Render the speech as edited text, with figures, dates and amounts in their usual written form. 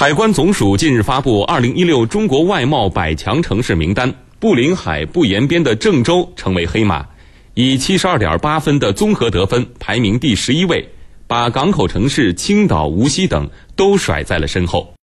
海关总署近日发布2016中国外贸100强城市名单，不临海不沿边的郑州成为黑马，以72.8分的综合得分排名第11位，把港口城市青岛、无锡等都甩在了身后。